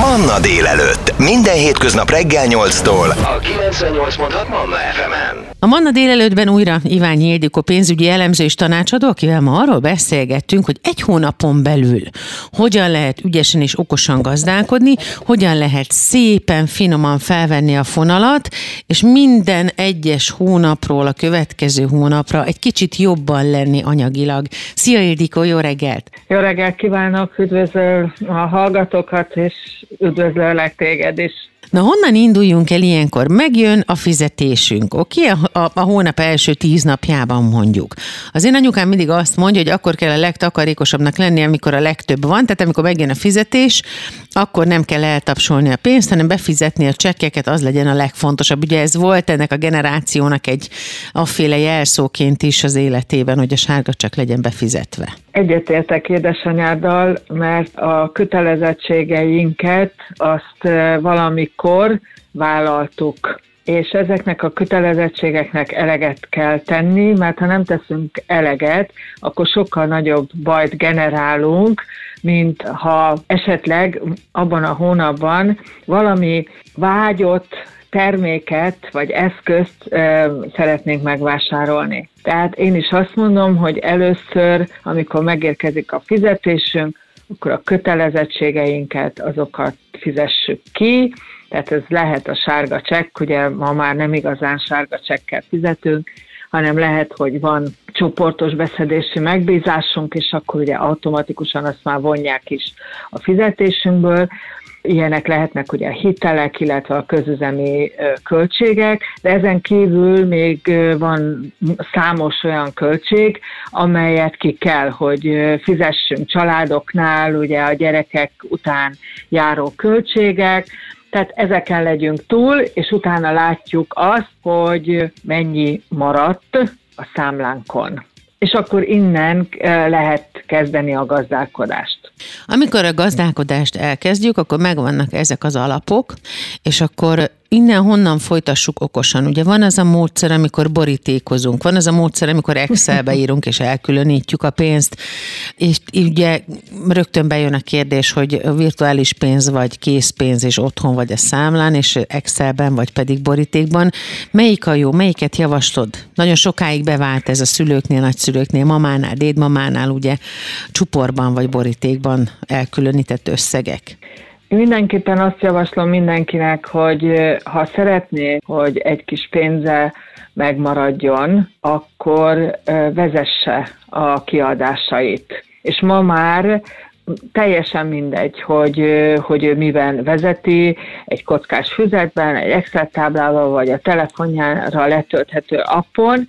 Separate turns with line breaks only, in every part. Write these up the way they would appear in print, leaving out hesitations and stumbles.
Manna délelőtt. Minden hétköznap reggel 8-tól a 98.6 Manna FM-en.
A Manna délelőttben újra Iványi Ildikó pénzügyi elemző és tanácsadó, akivel ma arról beszélgettünk, hogy egy hónapon belül hogyan lehet ügyesen és okosan gazdálkodni, hogyan lehet szépen, finoman felvenni a fonalat, és minden egyes hónapról a következő hónapra egy kicsit jobban lenni anyagilag. Szia Ildikó, jó reggelt!
Jó reggelt kívánok, üdvözöl a hallgatókat, és üdvözöllek téged is.
Na honnan induljunk el ilyenkor? Megjön a fizetésünk, oké? A hónap első 10 napjában mondjuk. Az én anyukám mindig azt mondja, hogy akkor kell a legtakarékosabbnak lenni, amikor a legtöbb van, tehát amikor megjön a fizetés, akkor nem kell eltapsolni a pénzt, hanem befizetni a csekkeket, az legyen a legfontosabb. Ugye ez volt ennek a generációnak egy afféle jelszóként is az életében, hogy a sárga csekk legyen befizetve.
Egyetértek édesanyáddal, mert a kötelezettségeinket azt valamikor vállaltuk. És ezeknek a kötelezettségeknek eleget kell tenni, mert ha nem teszünk eleget, akkor sokkal nagyobb bajt generálunk, mint ha esetleg abban a hónapban valami vágyott terméket vagy eszközt szeretnénk megvásárolni. Tehát én is azt mondom, hogy először, amikor megérkezik a fizetésünk, akkor a kötelezettségeinket, azokat fizessük ki, tehát ez lehet a sárga csekk, ugye ma már nem igazán sárga csekkkel fizetünk, hanem lehet, hogy van csoportos beszedési megbízásunk, és akkor ugye automatikusan azt már vonják is a fizetésünkből. Ilyenek lehetnek ugye a hitelek, illetve a közüzemi költségek, de ezen kívül még van számos olyan költség, amelyet ki kell, hogy fizessünk családoknál, ugye a gyerekek után járó költségek, tehát ezeken legyünk túl, és utána látjuk azt, hogy mennyi maradt a számlánkon. És akkor innen lehet kezdeni a gazdálkodást.
Amikor a gazdálkodást elkezdjük, akkor megvannak ezek az alapok, és akkor innen-honnan folytassuk okosan. Ugye van az a módszer, amikor borítékozunk, van az a módszer, amikor Excelbe írunk és elkülönítjük a pénzt, és ugye rögtön bejön a kérdés, hogy virtuális pénz vagy készpénz és otthon vagy a számlán, és Excelben vagy pedig borítékban. Melyik a jó, melyiket javaslod? Nagyon sokáig bevált ez a szülőknél, nagyszülőknél, mamánál, dédmamánál, ugye csuporban vagy borítékban elkülönített összegek.
Mindenképpen azt javaslom mindenkinek, hogy ha szeretné, hogy egy kis pénze megmaradjon, akkor vezesse a kiadásait. És ma már teljesen mindegy, hogy ő miben vezeti, egy kockás füzetben, egy Excel táblával, vagy a telefonjára letölthető appon,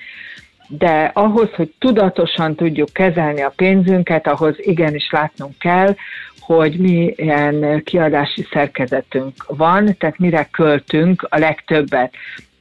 de ahhoz, hogy tudatosan tudjuk kezelni a pénzünket, ahhoz igenis látnunk kell, hogy milyen kiadási szerkezetünk van, tehát mire költünk a legtöbbet.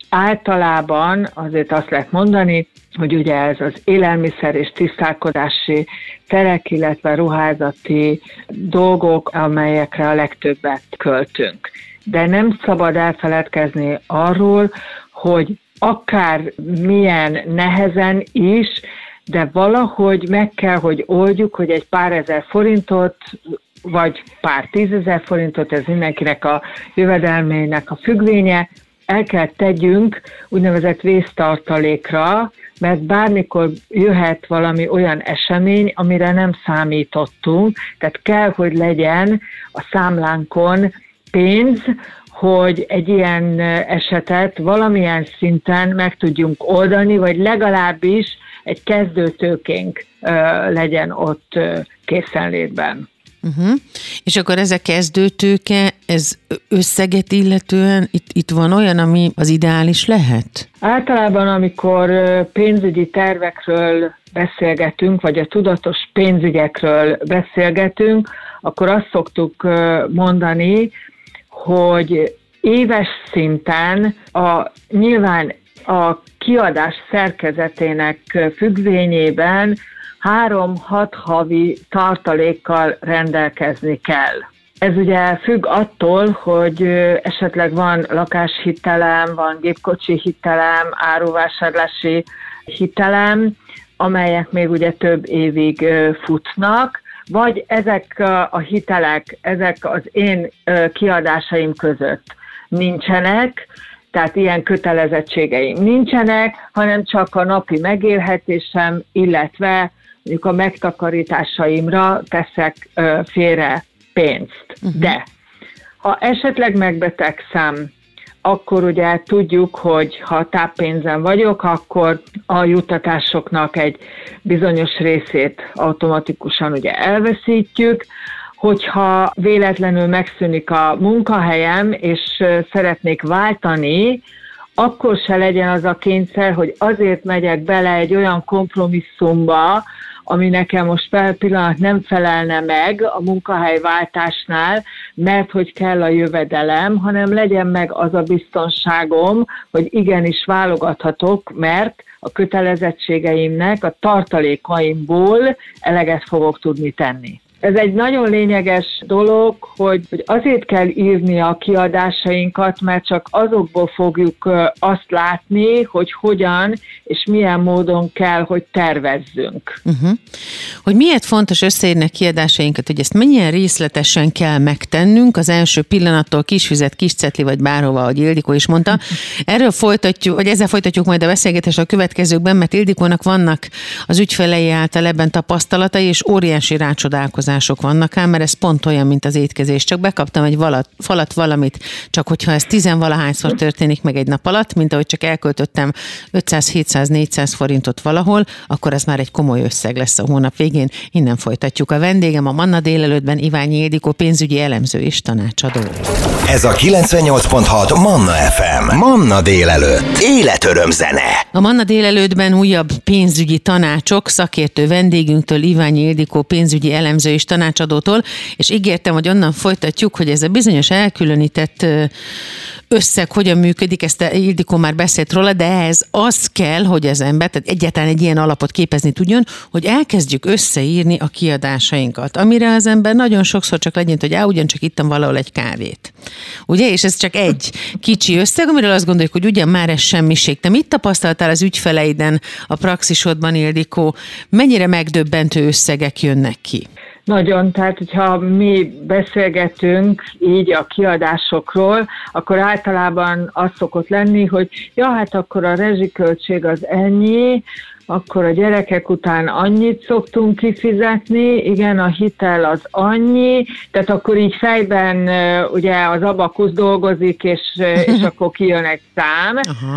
Általában azért azt lehet mondani, hogy ugye ez az élelmiszer és tisztálkodási terek, illetve ruházati dolgok, amelyekre a legtöbbet költünk. De nem szabad elfeledkezni arról, hogy akár milyen nehezen is, de valahogy meg kell, hogy oldjuk, hogy egy pár ezer forintot, vagy pár 10 000 forintot, ez mindenkinek a jövedelmének a függvénye, el kell tegyünk úgynevezett vésztartalékra, mert bármikor jöhet valami olyan esemény, amire nem számítottunk, tehát kell, hogy legyen a számlánkon pénz, hogy egy ilyen esetet valamilyen szinten meg tudjunk oldani, vagy legalábbis egy kezdőtőkénk legyen ott készenlétben.
És akkor ez a kezdőtőke, ez összeget illetően, itt van olyan, ami az ideális lehet?
Általában, amikor pénzügyi tervekről beszélgetünk, vagy a tudatos pénzügyekről beszélgetünk, akkor azt szoktuk mondani, hogy éves szinten nyilván a kiadás szerkezetének függvényében 3-6 havi tartalékkal rendelkezni kell. Ez ugye függ attól, hogy esetleg van lakáshitelem, van gépkocsi hitelem, áruvásárlási hitelem, amelyek még ugye több évig futnak, vagy ezek a hitelek, ezek az én kiadásaim között nincsenek, tehát ilyen kötelezettségeim nincsenek, hanem csak a napi megélhetésem, illetve mondjuk a megtakarításaimra teszek félre pénzt. De ha esetleg megbetegszem, akkor ugye tudjuk, hogy ha táppénzen vagyok, akkor a juttatásoknak egy bizonyos részét automatikusan ugye elveszítjük. Hogyha véletlenül megszűnik a munkahelyem, és szeretnék váltani, akkor se legyen az a kényszer, hogy azért megyek bele egy olyan kompromisszumba, ami nekem most per pillanat nem felelne meg a munkahelyváltásnál, mert hogy kell a jövedelem, hanem legyen meg az a biztonságom, hogy igenis válogathatok, mert a kötelezettségeimnek, a tartalékaimból eleget fogok tudni tenni. Ez egy nagyon lényeges dolog, hogy azért kell írni a kiadásainkat, mert csak azokból fogjuk azt látni, hogy hogyan és milyen módon kell, hogy tervezzünk.
Hogy miért fontos összeírni a kiadásainkat, hogy ezt mennyien részletesen kell megtennünk, az első pillanattól kisfüzet, kiscetli vagy bárhova, ahogy Ildikó is mondta. Ezzel folytatjuk majd a beszélgetést a következőkben, mert Ildikónak vannak az ügyfelei által ebben tapasztalatai, és óriási rácsodálkozások vannak ám, mert ez pont olyan, mint az étkezés. Csak bekaptam egy falat valamit, csak hogyha ez 10-valahányszor történik meg egy nap alatt, mint ahogy csak elköltöttem 500-700-400 forintot valahol, akkor ez már egy komoly összeg lesz a hónap végén. Innen folytatjuk. A vendégem a Manna délelőttben Iványi Ildikó, pénzügyi elemző és tanácsadó.
Ez a 98.6 Manna FM. Manna délelőtt. Életöröm zene.
A Manna délelőttben újabb pénzügyi tanácsok szakértő vendégünktől, Iványi Ildikó, pénzügyi elemző és tanácsadótól, és ígértem, hogy onnan folytatjuk, hogy ez a bizonyos elkülönített összeg hogyan működik, ezt Ildikó már beszélt róla, de ehhez az kell, hogy az ember, tehát egyáltalán egy ilyen alapot képezni tudjon, hogy elkezdjük összeírni a kiadásainkat, amire az ember nagyon sokszor csak legyen, hogy ugyancsak ittam valahol egy kávét. Ugye? És ez csak egy kicsi összeg, amiről azt gondoljuk, hogy ugyan már ez semmiség. Te mit tapasztaltál az ügyfeleiden, a praxisodban, Ildikó? Mennyire megdöbbentő összegek jönnek ki?
Nagyon, tehát hogyha mi beszélgetünk így a kiadásokról, akkor általában az szokott lenni, hogy hát akkor a rezsiköltség az ennyi, akkor a gyerekek után annyit szoktunk kifizetni, igen, a hitel az annyi, tehát akkor így fejben ugye az abakusz dolgozik, és akkor kijön egy szám,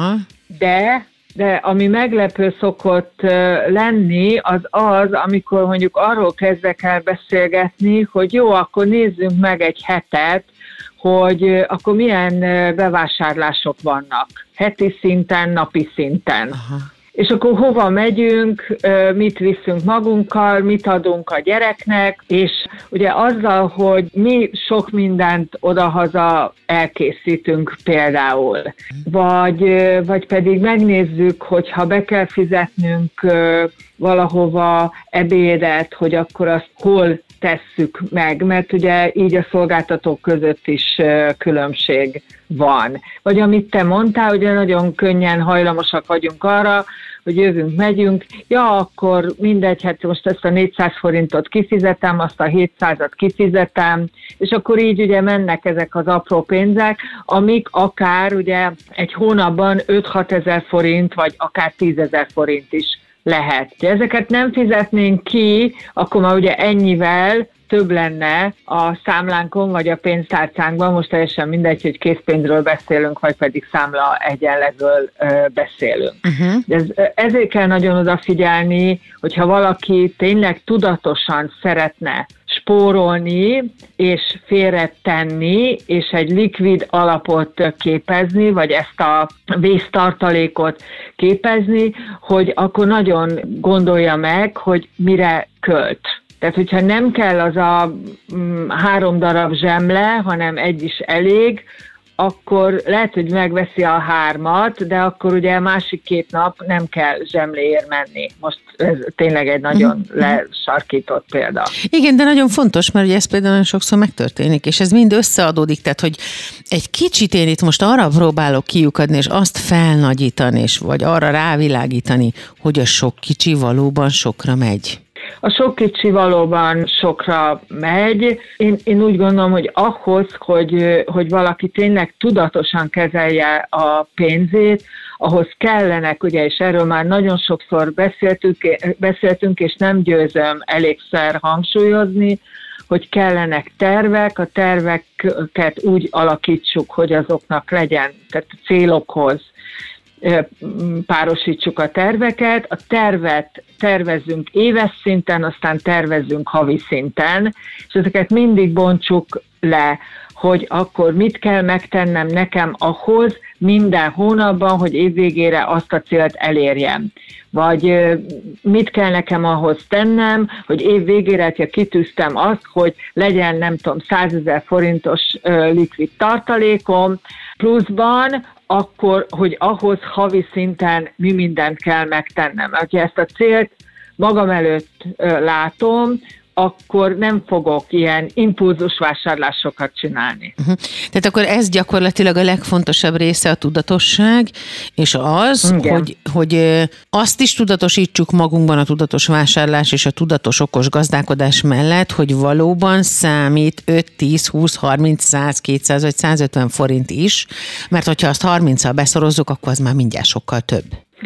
de ami meglepő szokott lenni, az, amikor mondjuk arról kezdek el beszélgetni, hogy jó, akkor nézzünk meg egy hetet, hogy akkor milyen bevásárlások vannak, heti szinten, napi szinten. Aha. És akkor hova megyünk, mit viszünk magunkkal, mit adunk a gyereknek, és ugye azzal, hogy mi sok mindent odahaza elkészítünk például, vagy pedig megnézzük, hogy ha be kell fizetnünk valahova ebédet, hogy akkor azt hol tesszük meg, mert ugye így a szolgáltatók között is különbség van. Vagy amit te mondtál, ugye nagyon könnyen hajlamosak vagyunk arra, hogy jövünk, megyünk, akkor mindegy, hát most ezt a 400 forintot kifizetem, azt a 700-at kifizetem, és akkor így ugye mennek ezek az apró pénzek, amik akár ugye egy hónapban 5-6 ezer forint, vagy akár 10 000 forint is lehet. Ha ezeket nem fizetnénk ki, akkor már ugye ennyivel több lenne a számlánkon, vagy a pénztárcánkban, most teljesen mindegy, hogy készpénzről beszélünk, vagy pedig számla egyenletről beszélünk. De ezért kell nagyon odafigyelni, hogyha valaki tényleg tudatosan szeretne spórolni, és félretenni, és egy likvid alapot képezni, vagy ezt a vésztartalékot képezni, hogy akkor nagyon gondolja meg, hogy mire költ. Tehát, hogyha nem kell az a 3 darab zsemle, hanem egy is elég, akkor lehet, hogy megveszi a 3-at, de akkor ugye a másik 2 nap nem kell zsemléért menni. Most ez tényleg egy nagyon lesarkított példa.
Igen, de nagyon fontos, mert ugye ez például nagyon sokszor megtörténik, és ez mind összeadódik, tehát hogy egy kicsit én itt most arra próbálok kiukadni, és azt felnagyítani, vagy arra rávilágítani, hogy a sok kicsi valóban sokra megy.
A sok kicsi valóban sokra megy. Én úgy gondolom, hogy ahhoz, hogy valaki tényleg tudatosan kezelje a pénzét, ahhoz kellenek, ugye, és erről már nagyon sokszor beszéltünk, és nem győzöm elégszer hangsúlyozni, hogy kellenek tervek, a terveket úgy alakítsuk, hogy azoknak legyen, tehát célokhoz párosítsuk a terveket, a tervet tervezzünk éves szinten, aztán tervezzünk havi szinten, és ezeket mindig bontsuk le, hogy akkor mit kell megtennem nekem ahhoz minden hónapban, hogy évvégére azt a célt elérjem. Vagy mit kell nekem ahhoz tennem, hogy évvégére, ha kitűztem azt, hogy legyen, nem tudom, 100 000 forintos likvid tartalékom pluszban, akkor, hogy ahhoz havi szinten mi mindent kell megtennem. Ha ezt a célt magam előtt látom, akkor nem fogok ilyen impulzus vásárlásokat csinálni.
Tehát akkor ez gyakorlatilag a legfontosabb része a tudatosság, és az, hogy azt is tudatosítsuk magunkban a tudatos vásárlás és a tudatos okos gazdálkodás mellett, hogy valóban számít 5, 10, 20, 30, 100, 200 vagy 150 forint is, mert hogyha azt 30-al beszorozzuk, akkor az már mindjárt sokkal több.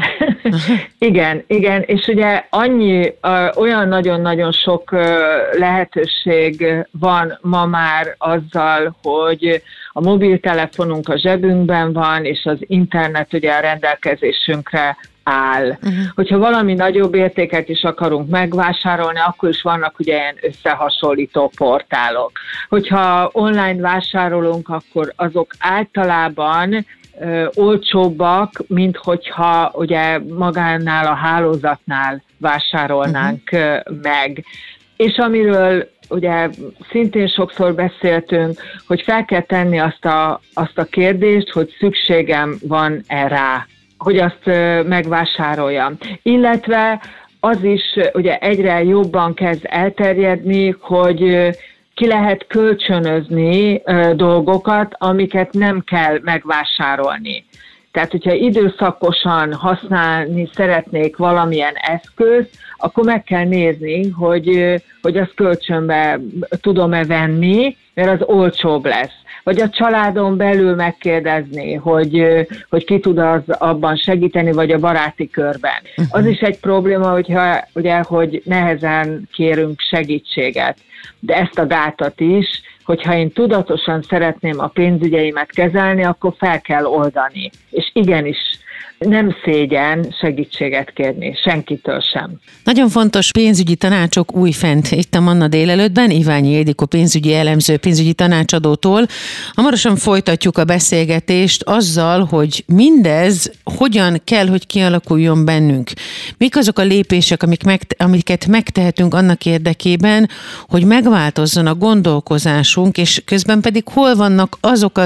Igen, és ugye olyan nagyon-nagyon sok lehetőség van ma már azzal, hogy a mobiltelefonunk a zsebünkben van, és az internet ugye a rendelkezésünkre áll. Hogyha valami nagyobb értéket is akarunk megvásárolni, akkor is vannak ugye ilyen összehasonlító portálok. Hogyha online vásárolunk, akkor azok általában olcsóbbak, mint hogyha ugye magánál a hálózatnál vásárolnánk meg. És amiről ugye szintén sokszor beszéltünk, hogy fel kell tenni azt a kérdést, hogy szükségem van-e rá, hogy azt megvásároljam. Illetve az is ugye egyre jobban kezd elterjedni, hogy ki lehet kölcsönözni dolgokat, amiket nem kell megvásárolni. Tehát, hogyha időszakosan használni szeretnék valamilyen eszközt, akkor meg kell nézni, hogy azt kölcsönbe tudom-e venni, mert az olcsóbb lesz. Vagy a családon belül megkérdezni, hogy ki tud az abban segíteni, vagy a baráti körben. Az is egy probléma, hogy nehezen kérünk segítséget. De ezt a gátat is, hogyha én tudatosan szeretném a pénzügyeimet kezelni, akkor fel kell oldani. És igenis, nem szégyen segítséget kérni, senkitől sem.
Nagyon fontos pénzügyi tanácsok újfent itt a Manna délelőttben, Iványi Ildikó pénzügyi elemző, pénzügyi tanácsadótól. Hamarosan folytatjuk a beszélgetést azzal, hogy mindez hogyan kell, hogy kialakuljon bennünk. Mik azok a lépések, amiket megtehetünk annak érdekében, hogy megváltozzon a gondolkozásunk, és közben pedig hol vannak azok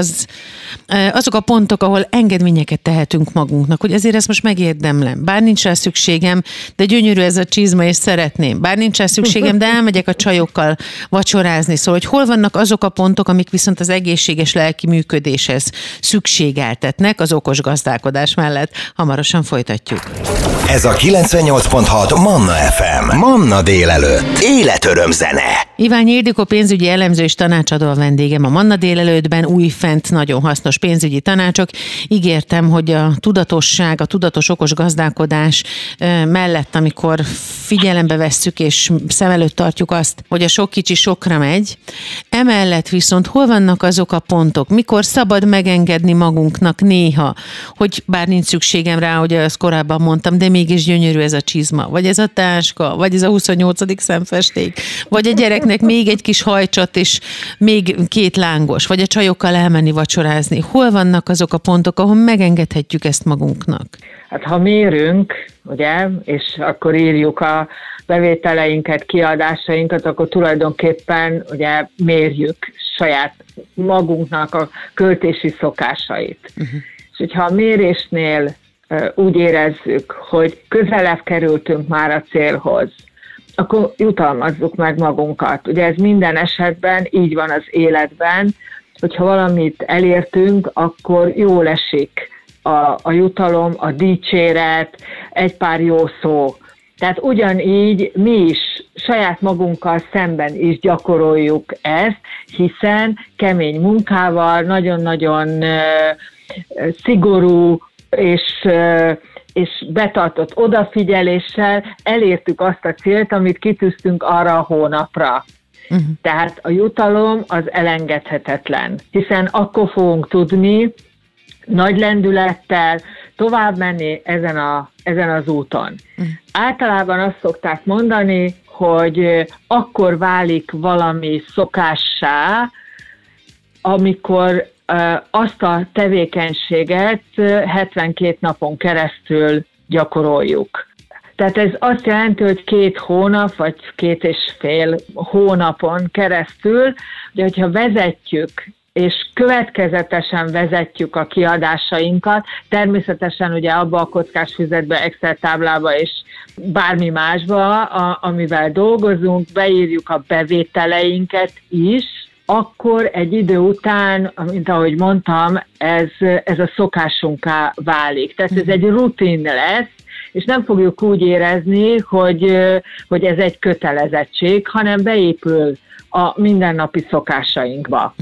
a pontok, ahol engedményeket tehetünk magunknak, hogy ezért ezt most megérdemlem. Bár nincs rá szükségem, de gyönyörű ez a csizma, és szeretném. Bár nincs rá szükségem, de elmegyek a csajokkal vacsorázni. Szóval, hogy hol vannak azok a pontok, amik viszont az egészséges lelki működéshez szükségeltetnek az okos gazdálkodás mellett. Hamarosan folytatjuk.
Ez a 98.6 Manna FM. Manna délelőtt. Életöröm zene.
Iványi Ildikó pénzügyi elemző és tanácsadó a vendégem a Manna délelőttben. Újfent nagyon hasznos pénzügyi tanácsok. Ígértem, hogy a tudatosság, a tudatos okos gazdálkodás mellett, amikor figyelembe vesszük és szem előtt tartjuk azt, hogy a sok kicsi sokra megy, emellett viszont hol vannak azok a pontok, mikor szabad megengedni magunknak néha, hogy bár nincs szükségem rá, hogy azt korábban mondtam, de mégis gyönyörű ez a csizma, vagy ez a táska, vagy ez a 28. szemfesték, vagy a gyereknek még egy kis hajcsat és még 2 lángos, vagy a csajokkal elmenni vacsorázni. Hol vannak azok a pontok, ahol megengedhetjük ezt magunknak?
Hát ha mérünk, ugye, és akkor írjuk a bevételeinket, kiadásainkat, akkor tulajdonképpen ugye mérjük saját magunknak a költési szokásait. És hogyha a mérésnél úgy érezzük, hogy közelebb kerültünk már a célhoz, akkor jutalmazzuk meg magunkat. Ugye ez minden esetben így van az életben, hogyha valamit elértünk, akkor jól esik a jutalom, a dicséret, egy pár jó szó. Tehát ugyanígy mi is saját magunkkal szemben is gyakoroljuk ezt, hiszen kemény munkával, nagyon-nagyon szigorú és betartott odafigyeléssel elértük azt a célt, amit kitűztünk arra a hónapra. Tehát a jutalom az elengedhetetlen, hiszen akkor fogunk tudni nagy lendülettel tovább menni ezen az úton. Általában azt szokták mondani, hogy akkor válik valami szokássá, amikor azt a tevékenységet 72 napon keresztül gyakoroljuk. Tehát ez azt jelenti, hogy 2 hónap, vagy 2,5 hónapon keresztül, de hogyha vezetjük, és következetesen vezetjük a kiadásainkat, természetesen ugye abba a kockás füzetbe, Excel táblába és bármi másba, amivel dolgozunk, beírjuk a bevételeinket is, akkor egy idő után, mint ahogy mondtam, ez a szokásunká válik. Tehát ez egy rutin lesz, és nem fogjuk úgy érezni, hogy ez egy kötelezettség, hanem beépül a mindennapi szokásainkba.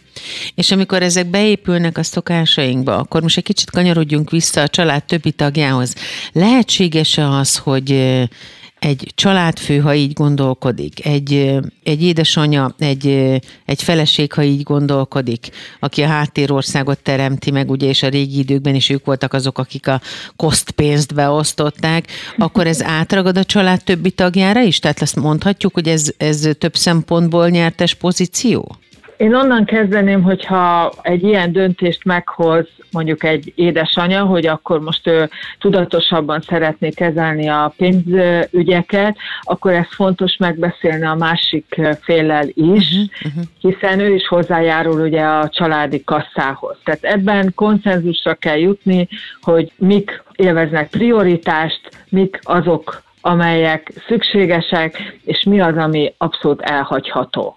És amikor ezek beépülnek a szokásainkba, akkor most egy kicsit kanyarodjunk vissza a család többi tagjához. Lehetséges-e az, hogy egy családfő, ha így gondolkodik, egy édesanyja, egy feleség, ha így gondolkodik, aki a háttérországot teremti meg, ugye, és a régi időkben is ők voltak azok, akik a kosztpénzt beosztották, akkor ez átragad a család többi tagjára is? Tehát azt mondhatjuk, hogy ez több szempontból nyertes pozíció?
Én onnan kezdeném, hogyha egy ilyen döntést meghoz mondjuk egy édesanya, hogy akkor most ő tudatosabban szeretné kezelni a pénzügyeket, akkor ez fontos megbeszélni a másik féllel is, hiszen ő is hozzájárul ugye a családi kasszához. Tehát ebben konszenzusra kell jutni, hogy mik élveznek prioritást, mik azok, amelyek szükségesek, és mi az, ami abszolút elhagyható.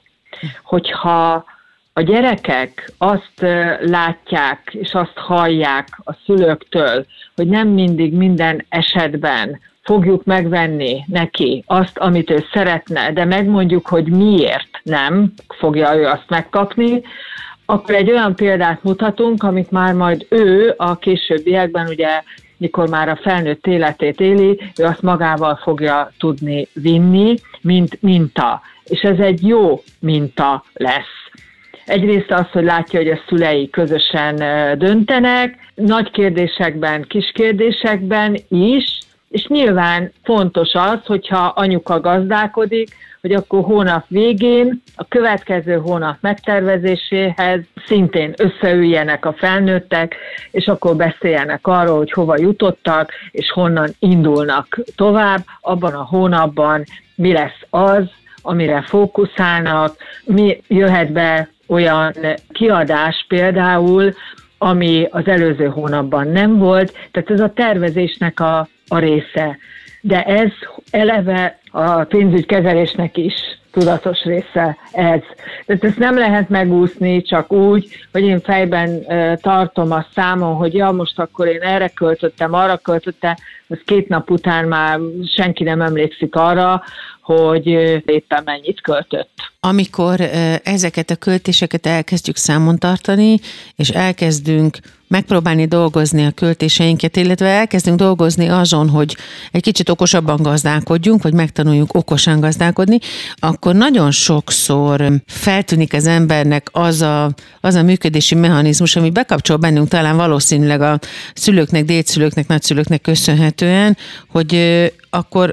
Hogyha a gyerekek azt látják, és azt hallják a szülőktől, hogy nem mindig minden esetben fogjuk megvenni neki azt, amit ő szeretne, de megmondjuk, hogy miért nem fogja ő azt megkapni, akkor egy olyan példát mutatunk, amit már majd ő a későbbiekben, ugye, mikor már a felnőtt életét éli, ő azt magával fogja tudni vinni, mint minta. És ez egy jó minta lesz. Egyrészt az, hogy látja, hogy a szülei közösen döntenek, nagy kérdésekben, kis kérdésekben is, és nyilván fontos az, hogyha anyuka gazdálkodik, hogy akkor hónap végén, a következő hónap megtervezéséhez szintén összeüljenek a felnőttek, és akkor beszéljenek arról, hogy hova jutottak, és honnan indulnak tovább. Abban a hónapban mi lesz az, amire fókuszálnak, mi jöhet be olyan kiadás például, ami az előző hónapban nem volt, tehát ez a tervezésnek a része. De ez eleve a pénzügykezelésnek is tudatos része ez. Tehát ezt nem lehet megúszni csak úgy, hogy én fejben tartom a számon, hogy ja, most akkor én erre költöttem, arra költöttem, az 2 nap után már senki nem emlékszik arra, hogy éppen mennyit költött.
Amikor ezeket a költéseket elkezdjük számon tartani, és elkezdünk megpróbálni dolgozni a költéseinket, illetve elkezdünk dolgozni azon, hogy egy kicsit okosabban gazdálkodjunk, vagy megtanuljunk okosan gazdálkodni, akkor nagyon sokszor feltűnik az embernek az a működési mechanizmus, ami bekapcsol bennünk talán valószínűleg a szülőknek, dédszülőknek, nagyszülőknek köszönhetően, hogy akkor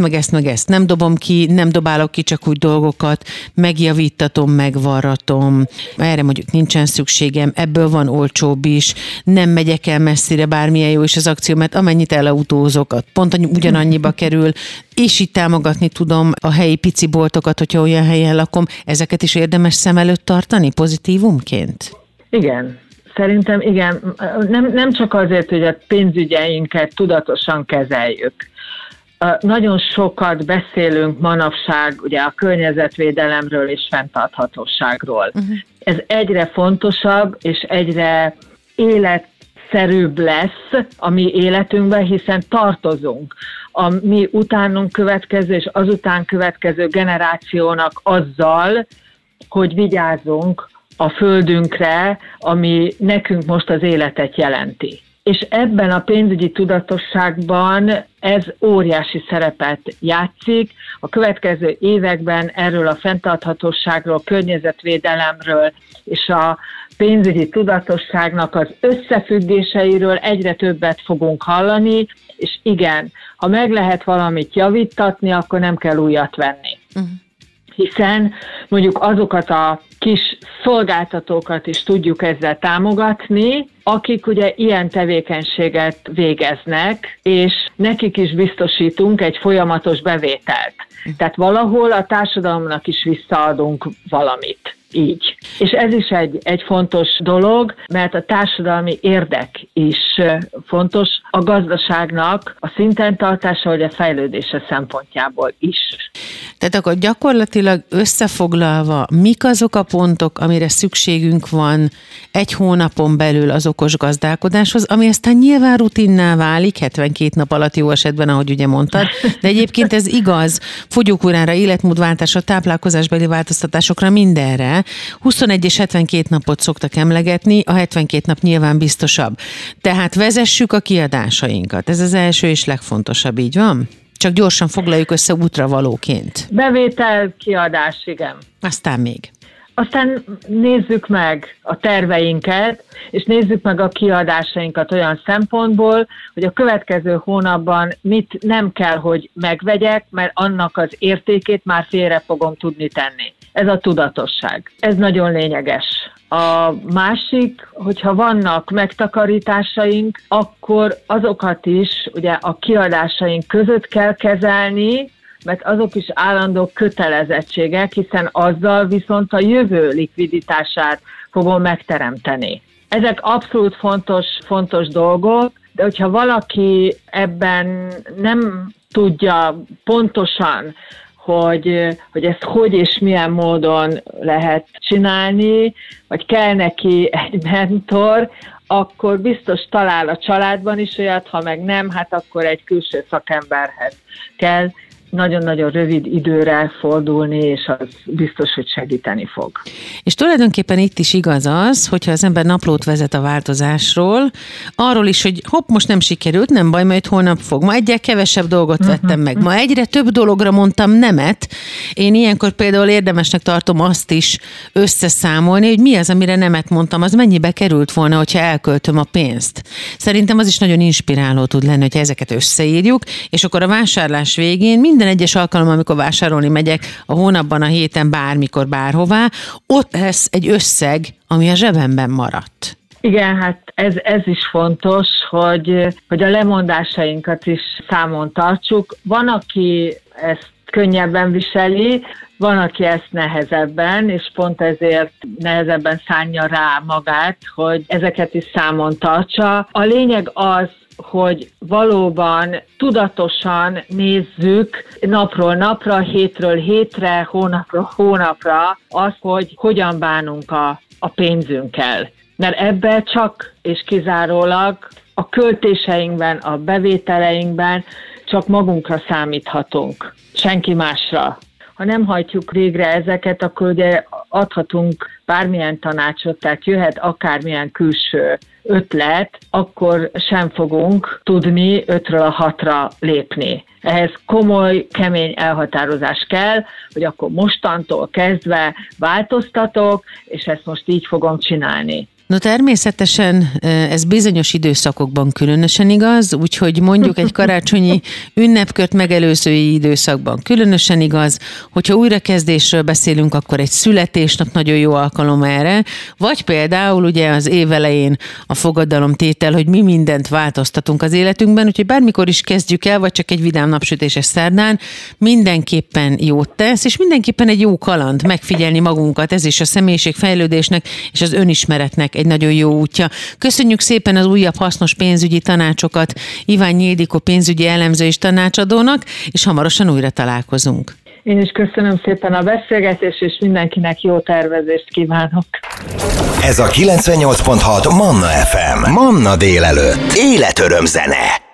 ezt nem dobom ki, nem dobálok ki csak úgy dolgokat, megjavítatom, megvarratom, erre mondjuk nincsen szükségem, ebből van olcsóbb is, nem megyek el messzire, bármilyen jó is az akció, mert amennyit elautózok, pont ugyanannyiba kerül, és így támogatni tudom a helyi pici boltokat, hogyha olyan helyen lakom. Ezeket is érdemes szem előtt tartani pozitívumként?
Igen. Szerintem igen, nem csak azért, hogy a pénzügyeinket tudatosan kezeljük. Nagyon sokat beszélünk manapság ugye a környezetvédelemről és fenntarthatóságról. Ez egyre fontosabb és egyre életszerűbb lesz a mi életünkben, hiszen tartozunk a mi utánunk következő és azután következő generációnak azzal, hogy vigyázzunk a földünkre, ami nekünk most az életet jelenti. És ebben a pénzügyi tudatosságban ez óriási szerepet játszik. A következő években erről a fenntarthatóságról, környezetvédelemről és a pénzügyi tudatosságnak az összefüggéseiről egyre többet fogunk hallani, és igen, ha meg lehet valamit javítatni, akkor nem kell újat venni. Hiszen mondjuk azokat a kis szolgáltatókat is tudjuk ezzel támogatni, akik ugye ilyen tevékenységet végeznek, és nekik is biztosítunk egy folyamatos bevételt. Tehát valahol a társadalomnak is visszaadunk valamit. Így. És ez is egy fontos dolog, mert a társadalmi érdek is fontos a gazdaságnak a szinten tartása, vagy a fejlődése szempontjából is.
Tehát akkor gyakorlatilag összefoglalva, mik azok a pontok, amire szükségünk van egy hónapon belül az okos gazdálkodáshoz, ami aztán nyilván rutinná válik, 72 nap alatt jó esetben, ahogy ugye mondtad, de egyébként ez igaz, fogyókúrára, életmódváltásra, táplálkozásbeli változtatásokra, mindenre. 21 és 72 napot szoktak emlegetni, a 72 nap nyilván biztosabb. Tehát vezessük a kiadásainkat. Ez az első és legfontosabb, így van? Csak gyorsan foglaljuk össze útravalóként.
Bevétel, kiadás, igen.
Aztán még.
Aztán nézzük meg a terveinket, és nézzük meg a kiadásainkat olyan szempontból, hogy a következő hónapban mit nem kell, hogy megvegyek, mert annak az értékét már félre fogom tudni tenni. Ez a tudatosság. Ez nagyon lényeges. A másik, hogyha vannak megtakarításaink, akkor azokat is ugye a kiadásaink között kell kezelni, mert azok is állandó kötelezettségek, hiszen azzal viszont a jövő likviditását fogom megteremteni. Ezek abszolút fontos dolgok, de hogyha valaki ebben nem tudja pontosan, hogy ezt hogy és milyen módon lehet csinálni, vagy kell neki egy mentor, akkor biztos talál a családban is olyat, ha meg nem, hát akkor egy külső szakemberhez kell nagyon-nagyon rövid időre fordulni, és az biztos, hogy segíteni fog.
És tulajdonképpen itt is igaz az, hogyha az ember naplót vezet a változásról, arról is, hogy hopp, most nem sikerült, nem baj, majd holnap fog. Ma egyre kevesebb dolgot vettem meg. Ma egyre több dologra mondtam nemet. Én ilyenkor például érdemesnek tartom azt is összeszámolni, hogy mi az, amire nemet mondtam, az mennyibe került volna, hogyha elköltöm a pénzt. Szerintem az is nagyon inspiráló tud lenni, hogyha ezeket összeírjuk, és akkor a vásárlás végén minden egyes alkalom, amikor vásárolni megyek a hónapban, a héten, bármikor, bárhová, ott lesz egy összeg, ami a zsebemben maradt.
Igen, hát ez is fontos, hogy a lemondásainkat is számon tartsuk. Van, aki ezt könnyebben viseli, van, aki ezt nehezebben, és pont ezért nehezebben szánja rá magát, hogy ezeket is számon tartsa. A lényeg az, hogy valóban tudatosan nézzük napról napra, hétről hétre, hónapról hónapra azt, hogy hogyan bánunk a pénzünkkel. Mert ebben csak és kizárólag a költéseinkben, a bevételeinkben csak magunkra számíthatunk, senki másra. Ha nem hajtjuk végre ezeket, akkor ugye adhatunk bármilyen tanácsot, tehát jöhet akármilyen külső ötlet, akkor sem fogunk tudni 5-ről a 6-ra lépni. Ehhez komoly, kemény elhatározás kell, hogy akkor mostantól kezdve változtatok, és ezt most így fogom csinálni.
No természetesen ez bizonyos időszakokban különösen igaz, úgyhogy mondjuk egy karácsonyi ünnepkört megelőző időszakban különösen igaz, hogyha újrakezdésről beszélünk, akkor egy születésnap nagyon jó alkalom erre, vagy például ugye az év elején a fogadalomtétel, hogy mi mindent változtatunk az életünkben, úgyhogy bármikor is kezdjük el, vagy csak egy vidám napsütéses szerdán, mindenképpen jót tesz, és mindenképpen egy jó kaland megfigyelni magunkat, ez is a személyiségfejlődésnek és az önismeretnek egy nagyon jó útja. Köszönjük szépen az újabb hasznos pénzügyi tanácsokat Iványi Ildikó pénzügyi elemző és tanácsadónak, és hamarosan újra találkozunk.
Én is köszönöm szépen a beszélgetést, és mindenkinek jó tervezést kívánok.
Ez a 98.6 Manna FM. Manna délelőtt. Életöröm zene.